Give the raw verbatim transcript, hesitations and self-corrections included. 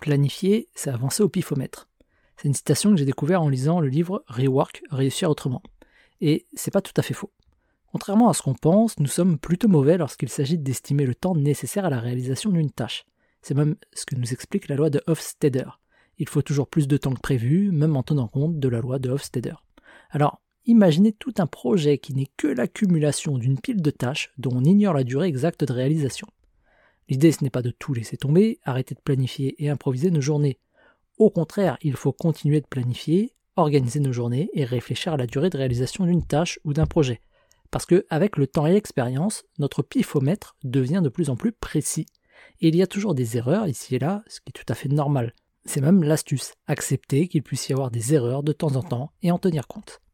Planifier, c'est avancer au pifomètre. C'est une citation que j'ai découverte en lisant le livre Rework, Réussir autrement. Et c'est pas tout à fait faux. Contrairement à ce qu'on pense, nous sommes plutôt mauvais lorsqu'il s'agit d'estimer le temps nécessaire à la réalisation d'une tâche. C'est même ce que nous explique la loi de Hofstadter. Il faut toujours plus de temps que prévu, même en tenant compte de la loi de Hofstadter. Alors, imaginez tout un projet qui n'est que l'accumulation d'une pile de tâches dont on ignore la durée exacte de réalisation. L'idée, ce n'est pas de tout laisser tomber, arrêter de planifier et improviser nos journées. Au contraire, il faut continuer de planifier, organiser nos journées et réfléchir à la durée de réalisation d'une tâche ou d'un projet. Parce qu'avec le temps et l'expérience, notre pifomètre devient de plus en plus précis. Et il y a toujours des erreurs ici et là, ce qui est tout à fait normal. C'est même l'astuce, accepter qu'il puisse y avoir des erreurs de temps en temps et en tenir compte.